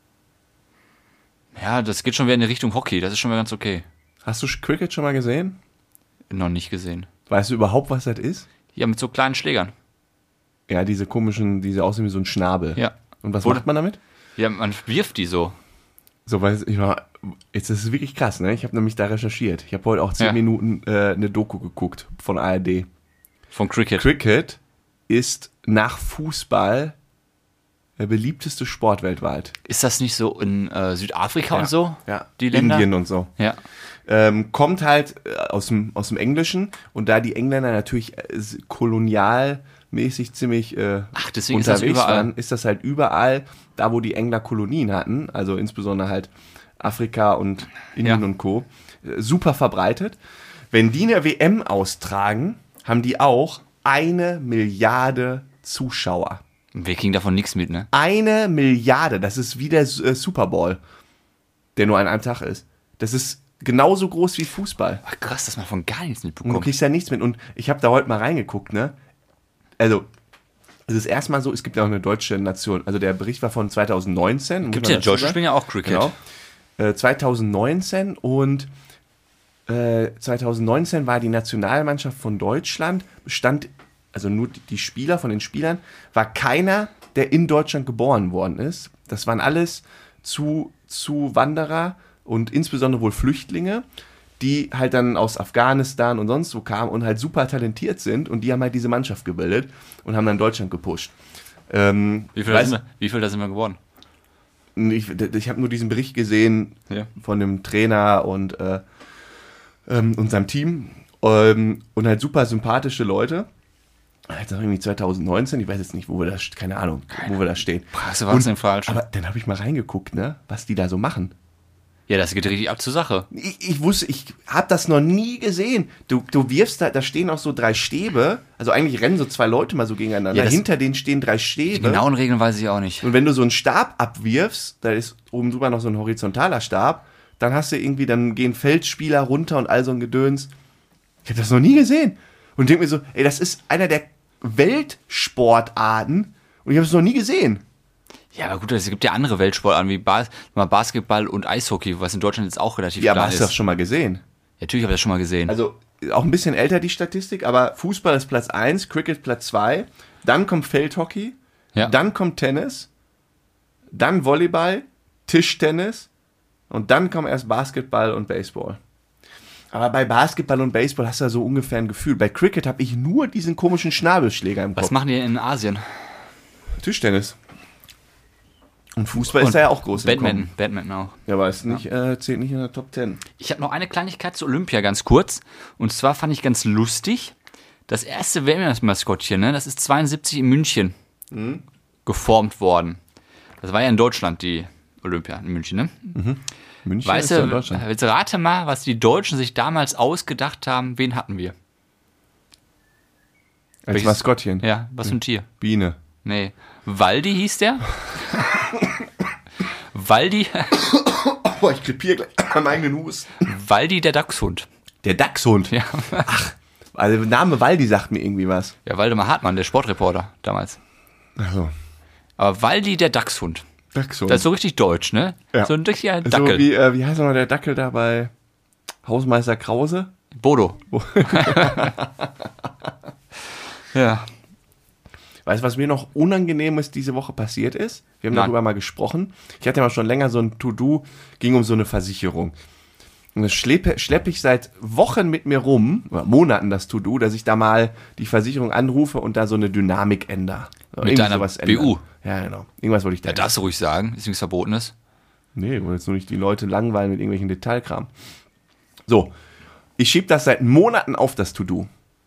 Ja, das geht schon wieder in die Richtung Hockey. Das ist schon mal ganz okay. Hast du Cricket schon mal gesehen? Noch nicht gesehen. Weißt du überhaupt, was das ist? Ja, mit so kleinen Schlägern. Ja, diese komischen, diese aussehen wie so ein Schnabel. Ja. Und was Wurde- macht man damit? Ja, man wirft die so. So, weiß ich war, jetzt ist es wirklich krass, ne? Ich habe nämlich da recherchiert. Ich habe heute auch zehn Ja. Minuten äh, eine Doku geguckt von A R D. Von Cricket. Cricket ist nach Fußball der beliebteste Sport weltweit. Ist das nicht so in äh, Südafrika Ja. und so? Ja, Die Länder? Indien und so. Ja. Ähm, kommt halt äh, aus dem, aus dem Englischen und da die Engländer natürlich äh, kolonialmäßig ziemlich äh, Ach, deswegen ist das unterwegs überall. waren, ist das halt überall, da wo die Engländer Kolonien hatten, also insbesondere halt Afrika und Indien Ja. und Co., äh, super verbreitet. Wenn die eine W M austragen, haben die auch eine Milliarde Zuschauer. Wir kriegen davon nichts mit, ne? Eine Milliarde, das ist wie der äh, Super Bowl, der nur an einem Tag ist. Das ist genauso groß wie Fußball. Ach, krass, dass man von gar nichts Und du mitbekommt. kriegst ja nichts mit. Und ich habe da heute mal reingeguckt, ne? Also, es ist erstmal so, es gibt ja auch eine deutsche Nation. Also der Bericht war von zwanzig neunzehn. Gibt ja, Deutsche spielen ja auch Cricket. Genau. Äh, zwanzig neunzehn und äh, zwanzig neunzehn war die Nationalmannschaft von Deutschland, bestand, also nur die- die Spieler, von den Spielern, war keiner, der in Deutschland geboren worden ist. Das waren alles zu, zu Wanderer und insbesondere wohl Flüchtlinge, die halt dann aus Afghanistan und sonst wo kamen und halt super talentiert sind und die haben halt diese Mannschaft gebildet und haben dann Deutschland gepusht. Ähm, Wie viel, da weißt- sind wir, wie viel da sind wir geworden? ich, ich habe nur diesen Bericht gesehen Ja. von dem Trainer und, äh, ähm, und seinem Team ähm, und halt super sympathische Leute. Jetzt irgendwie zwanzig neunzehn, ich weiß jetzt nicht, wo wir da, keine Ahnung, wo wir da stehen. Hast du was denn falsch? Aber dann habe ich mal reingeguckt, ne, was die da so machen. Ja, das geht richtig ab zur Sache. Ich, ich wusste, ich habe das noch nie gesehen. Du, du wirfst da, da stehen auch so drei Stäbe, also eigentlich rennen so zwei Leute mal so gegeneinander. Ja, das- Hinter denen stehen drei Die Stäbe. genauen Regeln weiß ich auch nicht. Und wenn du so einen Stab abwirfst, da ist oben drüber noch so ein horizontaler Stab, dann hast du irgendwie, dann gehen Feldspieler runter und all so ein Gedöns. Ich habe das noch nie gesehen. Und denke mir so, ey, das ist einer der Weltsportarten und ich habe es noch nie gesehen. Ja, aber gut, es gibt ja andere Weltsportarten wie Bas mal Basketball und Eishockey, was in Deutschland jetzt auch relativ Ja, aber klar hast ist. du das schon mal gesehen? Ja, natürlich habe ich das schon mal gesehen. Also auch ein bisschen älter die Statistik, aber Fußball ist Platz eins, Cricket Platz zwei, dann kommt Feldhockey, Ja. dann kommt Tennis, dann Volleyball, Tischtennis und dann kommen erst Basketball und Baseball. Aber bei Basketball und Baseball hast du ja so ungefähr ein Gefühl. Bei Cricket habe ich nur diesen komischen Schnabelschläger im was Kopf. machen die in Asien? Tischtennis. Und Fußball Und ist da ja auch groß im Badminton, Kommen. Badminton auch. Ja, aber ist nicht, äh, zählt nicht in der Top Ten. Ich habe noch eine Kleinigkeit zu Olympia, ganz kurz. Und zwar fand ich ganz lustig, das erste Weltmaskottchen, ne, das ist zweiundsiebzig in München Mhm. geformt worden. Das war ja in Deutschland, die Olympia in München, ne? München Weißt ist ja in du, Deutschland. jetzt rate mal, was die Deutschen sich damals ausgedacht haben. Wen hatten wir? Als welches- Maskottchen. Ja, was für ein Tier? Biene. Nee. Waldi hieß der? Waldi, Boah, ich krepiere gleich am eigenen Husten. Waldi der Dachshund. Der Dachshund. Ja. Also der Name Waldi sagt mir irgendwie was. Ja, Waldemar Hartmann, der Sportreporter damals. Also, Aber Waldi der Dachshund. Dachshund. Das ist so richtig deutsch, ne? Ja. So ein richtiger so Dackel. wie, äh, wie heißt nochmal der Dackel da bei Hausmeister Krause? Bodo. Ja. Weißt du, was mir noch Unangenehmes diese Woche passiert ist? Wir haben Nein. darüber mal gesprochen. Ich hatte ja mal schon länger so ein To-Do, ging um so eine Versicherung. Und das schleppe, schleppe ich seit Wochen mit mir rum, oder Monaten das To-Do, dass ich da mal die Versicherung anrufe und da so eine Dynamik ändere. So, irgendwie deiner sowas B U? ändern. Ja, genau. Irgendwas wollte ich da Ja, darfst du ruhig sagen, ist nichts Verbotenes. Nee, ich wollte jetzt nur nicht die Leute langweilen mit irgendwelchen Detailkram. So, ich schiebe das seit Monaten auf das To-Do.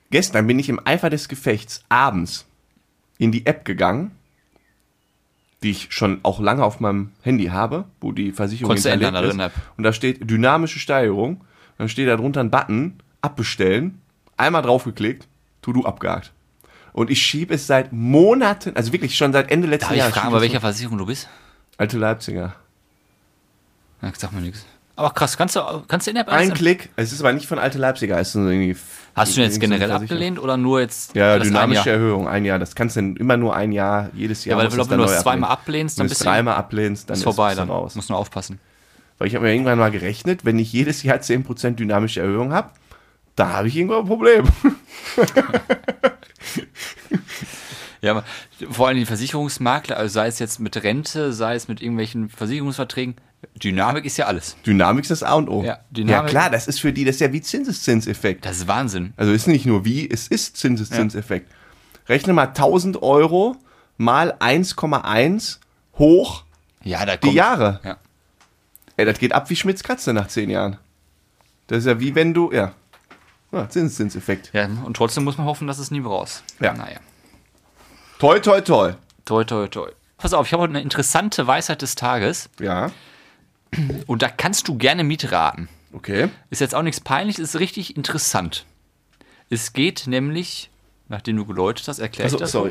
gestern bin ich im Eifer des Gefechts abends in die App gegangen, die ich schon auch lange auf meinem Handy habe, wo die Versicherung Konntest du ändern hinterlegt da ist. drin, Und da steht dynamische Steigerung. Dann steht da drunter ein Button, abbestellen, einmal draufgeklickt, To-Do abgehakt. Und ich schiebe es seit Monaten, also wirklich schon seit Ende letzten Darf ich Jahres. fragen, schiebe bei ich welcher Versicherung du bist? Alte Leipziger. Ja, sag mir nichts. Aber krass, kannst du, kannst du in der App Ein alles- Klick, es ist aber nicht von Alte Leipziger, es ist so irgendwie. Hast du den jetzt irgendwie so eine generell Versicherung. abgelehnt oder nur jetzt Ja, das ein dynamische Jahr? Erhöhung, ein Jahr. Das kannst du dann immer nur ein Jahr, jedes Ja, Jahr. weil musst wenn es du dann nur neu das zweimal ablehnen. ablehnst, Wenn dann du es bist du dreimal ablehnst, dann ist ist vorbei, es dann dann raus. musst du nur aufpassen. Weil ich habe mir irgendwann mal gerechnet, wenn ich jedes Jahr zehn Prozent dynamische Erhöhung habe, da habe ich irgendwann ein Problem. Ja, aber vor allem die Versicherungsmakler, also sei es jetzt mit Rente, sei es mit irgendwelchen Versicherungsverträgen, Dynamik ist ja alles. Dynamik ist das A und O. Ja, Ja, Dynamik- klar, das ist für die, das ist ja wie Zinseszinseffekt. Das ist Wahnsinn. Also ist nicht nur wie, es ist Zinseszinseffekt. Rechne mal tausend Euro mal eins Komma eins hoch Ja, da die kommt, Jahre. Ja. Ey, das geht ab wie Schmitz Katze nach zehn Jahren. Das ist ja wie wenn du, ja, ja Zinseszinseffekt. Ja, und trotzdem muss man hoffen, dass es nie raus. Ja. Naja. Toi, toi, toi. Toi, toi, toi. Pass auf, ich habe heute eine interessante Weisheit des Tages Ja, und da kannst du gerne mitraten. okay. Ist jetzt auch nichts Peinliches, ist richtig interessant. Es geht nämlich, nachdem du geläutet hast, erkläre ich Also, das. sorry.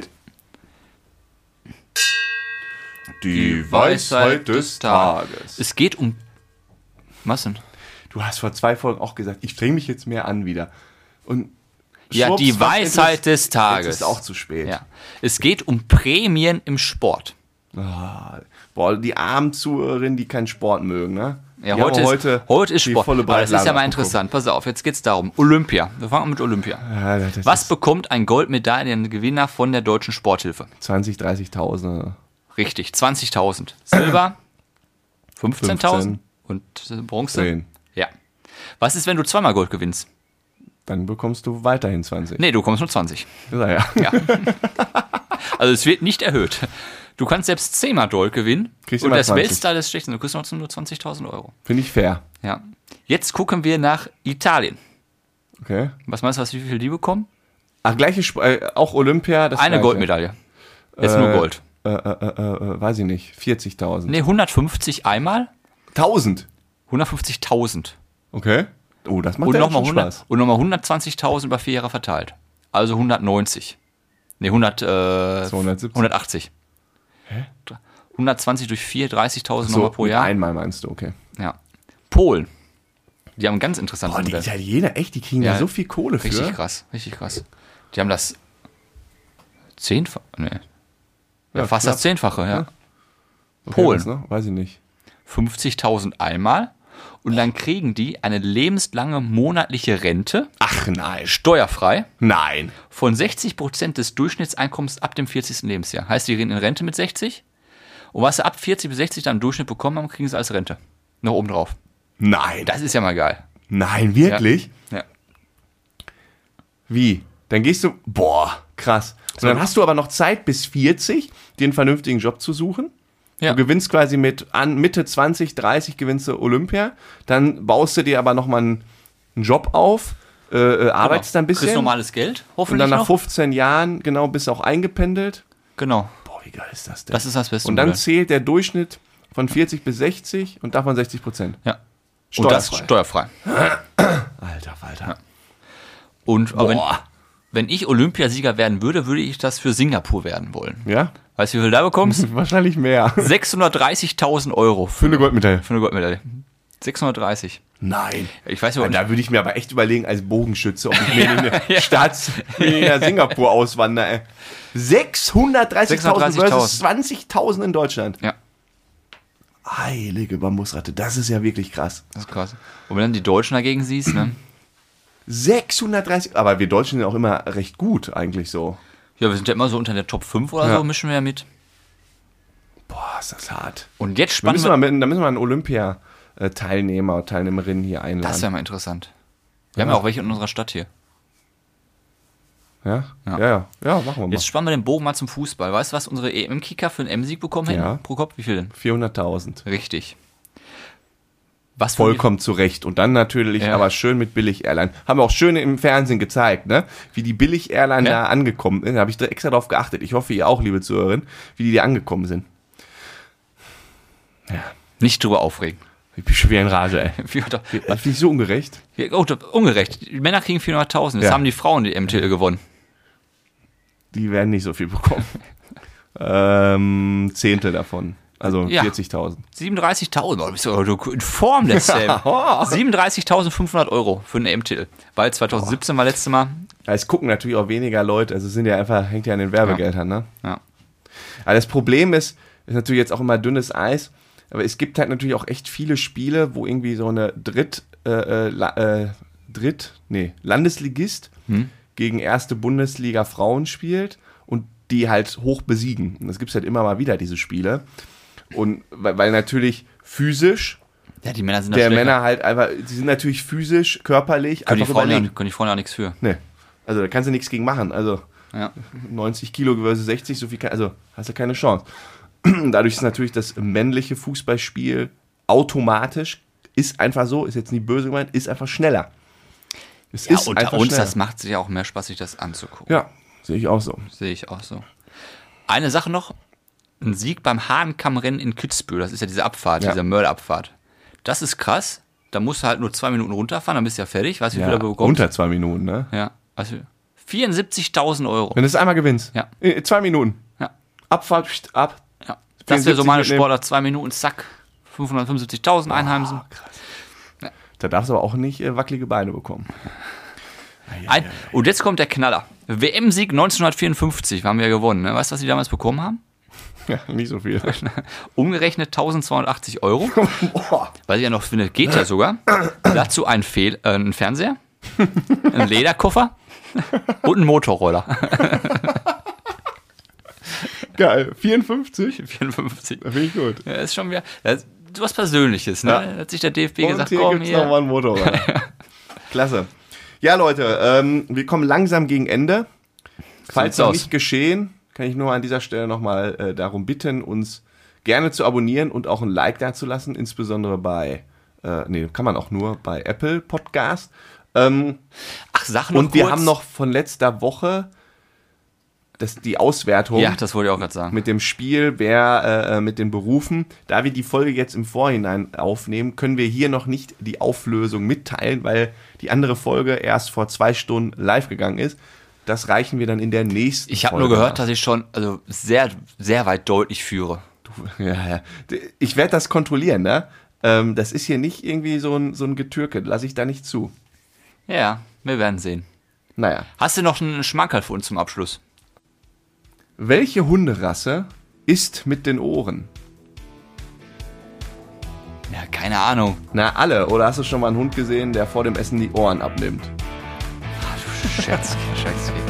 Die Weisheit des Tages. Es geht um. Was denn? Du hast vor zwei Folgen auch gesagt, ich streng mich jetzt mehr an wieder. Und Ja, schwupps, die was Weisheit ist- des Tages. Jetzt ist auch zu spät. Ja. Es geht um Prämien im Sport. Ah, boah, die armen Zuhörerinnen, die keinen Sport mögen, ne? Ja, Die heute, haben ist, heute ist die Sport. volle Aber das ist Breitseite ja mal abgeguckt. interessant. Pass auf, jetzt geht's darum. Olympia. Wir fangen an mit Olympia. Ja, das Was ist bekommt ein Goldmedaillengewinner von der Deutschen Sporthilfe? zwanzig, dreißigtausend. Richtig, zwanzigtausend. Silber, fünfzehntausend. Und äh, Bronze? zehn. Ja. Was ist, wenn du zweimal Gold gewinnst? Dann bekommst du weiterhin zwanzig. Nee, du kommst nur zwanzig. Naja. Ja. Also es wird nicht erhöht. Du kannst selbst zehnmal Gold gewinnen. Kriegst und immer das zwanzig. Weltstar des Stechens, du kriegst trotzdem nur zwanzigtausend Euro. Finde ich fair. Ja. Jetzt gucken wir nach Italien. Okay. Was meinst du, was, wie viel die bekommen? Ach, gleiche Sp äh, auch Olympia. Das Eine gleiche. Goldmedaille. Jetzt Äh, nur Gold. Äh, äh, äh, äh, weiß ich nicht. vierzigtausend. Nee, hundertfünfzig einmal, tausend. hundertfünfzigtausend. Okay. Oh, das macht Und ja nochmal schon hundert Spaß. und nochmal hundertzwanzigtausend über vier Jahre verteilt. Also hundertneunzig. Nee, hundert, äh, zweihundertsiebzig. hundertachtzig. Hä? hundertzwanzig durch vier, dreißigtausend So, nochmal pro mit Jahr. einmal meinst du, okay. Ja. Polen. Die haben ein ganz interessantes Boah, die Modell. Italiener, echt, die kriegen Ja, da so viel Kohle für. Richtig krass, richtig krass. Die haben das zehnfach, nee. Ja, Ja, fast knapp. das Zehnfache, ja. Okay, Polen. was, ne? Weiß ich nicht. fünfzigtausend einmal und dann kriegen die eine lebenslange monatliche Rente, Ach nein. steuerfrei, Nein. von sechzig Prozent des Durchschnittseinkommens ab dem vierzigsten Lebensjahr. Heißt, die gehen in Rente mit sechzig und was sie ab vierzig bis sechzig dann im Durchschnitt bekommen haben, kriegen sie als Rente. Noch oben drauf. Nein. Das ist ja mal geil. Nein, wirklich? Ja. Wie? Dann gehst du, boah, krass. Und dann hast du aber noch Zeit bis vierzig, dir einen vernünftigen Job zu suchen. Ja. Du gewinnst quasi mit an Mitte zwanzig, dreißig gewinnst du Olympia. Dann baust du dir aber nochmal einen, einen Job auf, äh, äh, arbeitest dann ein Kriegst bisschen. normales Geld, Und hoffentlich dann nach noch. fünfzehn Jahren, genau, bist du auch eingependelt. Genau, Boah, wie geil ist das denn? das ist das Beste. und dann Modell. zählt der Durchschnitt von vierzig bis sechzig und davon sechzig Prozent. Ja. Und das Steuerfrei. steuerfrei. Alter Falter. Und aber wenn, Boah. wenn ich Olympiasieger werden würde, würde ich das für Singapur werden wollen. Ja? Weißt du, wie viel du da bekommst? Wahrscheinlich mehr. sechshundertdreißigtausend Euro Für eine Goldmedaille. für eine Goldmedaille. sechshundertdreißig. Nein. Ich weiß nicht, Da würde ich mir aber echt überlegen, als Bogenschütze, ob ich mir in eine Stadt in Singapur auswandere. ey. sechshundertdreißigtausend versus zwanzigtausend in Deutschland. Ja, Heilige Bambusratte, das ist ja wirklich krass. das ist krass. Und wenn du dann die Deutschen dagegen siehst, ne? sechshundertdreißig, aber wir Deutschen sind auch immer recht gut eigentlich so. Ja, wir sind ja immer so unter der Top fünf oder Ja. so, mischen wir ja mit. Boah, ist das hart. Und jetzt Da spannen müssen wir. wir, mit, da müssen wir einen Olympia-Teilnehmer und Teilnehmerinnen hier einladen. Das wäre mal interessant. Wir haben ja auch welche in unserer Stadt hier. ja? Ja. Ja. ja, ja, machen wir mal. Jetzt spannen wir den Bogen mal zum Fußball. Weißt du, was unsere E M-Kicker für einen M-Sieg bekommen hätten? Ja. Pro Kopf? Wie viel denn? vierhunderttausend. Richtig. Was vollkommen zurecht. Und dann natürlich, Ja. aber schön mit Billig-Airline. Haben wir auch schön im Fernsehen gezeigt, ne? Wie die Billig-Airline Ja. da angekommen ist. Da habe ich da extra drauf geachtet. Ich hoffe, ihr auch, liebe Zuhörerinnen, wie die da angekommen sind. Ja, Nicht drüber aufregen. ich bin schon wieder in Rage, ey. Wie- doch- Das finde ich so ungerecht. wie- Oh, doch, ungerecht. Die Männer kriegen vierhunderttausend. Jetzt Ja. haben die Frauen die M T L gewonnen. Die werden nicht so viel bekommen. ähm, Zehntel davon. Also Ja. vierzigtausend. siebenunddreißigtausend. Oh, du bist doch in Form, der Sam. siebenunddreißigtausendfünfhundert Euro für eine M T L. Weil zwanzig siebzehn war letztes Mal. Ja, es gucken natürlich auch weniger Leute. Also es sind ja einfach, hängt ja an den Werbegeldern, ne? Ja. Aber das Problem ist, ist natürlich jetzt auch immer dünnes Eis, aber es gibt halt natürlich auch echt viele Spiele, wo irgendwie so eine Dritt, äh, äh, La- äh, Dritt, nee, Landesligist Hm? gegen erste Bundesliga Frauen spielt und die halt hoch besiegen. Und das gibt es halt immer mal wieder, diese Spiele. Und weil, weil natürlich physisch Ja, die Männer sind da der schlechter. Männer halt einfach, sie sind natürlich physisch, körperlich Können die, einfach Frauen ja, überlegen. können die Frauen ja nichts für. Nee. Also da kannst du nichts gegen machen. Also Ja. neunzig Kilo versus sechzig, so viel kann, also hast du keine Chance. Dadurch ist natürlich das männliche Fußballspiel automatisch, ist einfach so, ist jetzt nie böse gemeint, ist einfach schneller. Es Ja, ist unter einfach uns, schneller. das macht sich ja auch mehr Spaß, sich das anzugucken. Ja, sehe ich auch so. Sehe ich auch so. Eine Sache noch. Ein Sieg beim Hahnkammrennen in Kitzbühel. Das ist ja diese Abfahrt, Ja. diese Mörderabfahrt. Das ist krass. Da musst du halt nur zwei Minuten runterfahren, dann bist du ja fertig. Weißt du, wie Ja, viel du bekommst? unter zwei Minuten, ne? Ja. Weißt du, vierundsiebzigtausend Euro. Wenn du es einmal gewinnst. Ja. In zwei Minuten. Ja. Abfahrt, pst, ab. Ja. Das wäre so vierundsiebzig meine mitnehmen. Sportart. Zwei Minuten, zack. fünfhundertfünfundsiebzigtausend Einheimsen. Ah, krass. Da darfst du aber auch nicht äh, wackelige Beine bekommen. Ein, und jetzt kommt der Knaller. W M-Sieg neunzehnhundertvierundfünfzig haben wir gewonnen. Ne? Weißt du, was die damals bekommen haben? Ja, nicht so viel. Umgerechnet tausendzweihundertachtzig Euro. Boah. Weil ich ja noch finde, geht ja sogar. Dazu ein, Fehl, äh, ein Fernseher, ein Lederkoffer und ein Motorroller. Geil. vierundfünfzig? vierundfünfzig. Da finde ich gut. Ja, ist schon wieder das ist was Persönliches. Ne? Ja. Da hat sich der D F B Und gesagt, hier komm gibt's hier. nochmal ein Motorrad. Klasse. Ja, Leute, ähm, wir kommen langsam gegen Ende. Falls sieht's noch aus. nicht geschehen, kann ich nur an dieser Stelle nochmal äh, darum bitten, uns gerne zu abonnieren und auch ein Like dazulassen, insbesondere bei, äh, nee, kann man auch nur bei Apple Podcast. Ähm, Ach, Sachen noch und wir kurz. haben noch von letzter Woche das, die Auswertung. Ja, das wollte ich auch gerade sagen. Mit dem Spiel, wer äh, mit den Berufen. Da wir die Folge jetzt im Vorhinein aufnehmen, können wir hier noch nicht die Auflösung mitteilen, weil die andere Folge erst vor zwei Stunden live gegangen ist. Das reichen wir dann in der nächsten Ich habe Folge nur gehört, nach. dass ich schon also sehr, sehr weit deutlich führe. Ja, ja. Ich werde das kontrollieren, ne? Ähm, das ist hier nicht irgendwie so ein, so ein Getürke. Lasse ich da nicht zu. Ja, wir werden sehen. Naja. Hast du noch einen Schmankerl für uns zum Abschluss? Welche Hunderasse isst mit den Ohren? Ja, keine Ahnung. Na, alle. Oder hast du schon mal einen Hund gesehen, der vor dem Essen die Ohren abnimmt? Ach, du Scherz, Scherz.